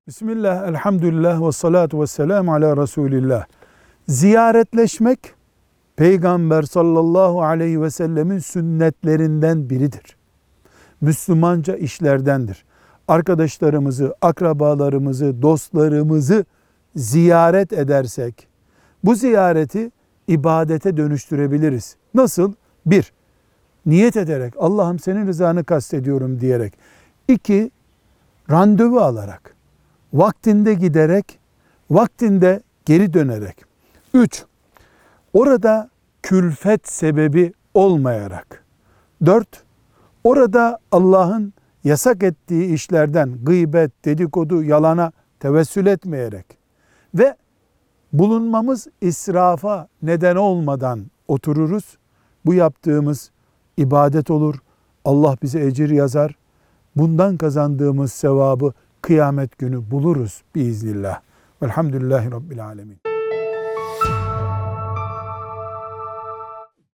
Bismillah, elhamdülillah ve salatu ve selamu ala Resulillah. Ziyaretleşmek, Peygamber sallallahu aleyhi ve sellemin sünnetlerinden biridir. Müslümanca işlerdendir. Arkadaşlarımızı, akrabalarımızı, dostlarımızı ziyaret edersek, bu ziyareti ibadete dönüştürebiliriz. Nasıl? 1. Niyet ederek, Allah'ım senin rızanı kastediyorum diyerek. 2. Randevu alarak, vaktinde giderek, vaktinde geri dönerek. 3. Orada külfet sebebi olmayarak. 4. Orada Allah'ın yasak ettiği işlerden gıybet, dedikodu, yalana tevessül etmeyerek ve bulunmamız israfa neden olmadan otururuz. Bu yaptığımız ibadet olur. Allah bize ecir yazar. Bundan kazandığımız sevabı kıyamet günü buluruz biiznillah. Velhamdülillahi Rabbil alemin.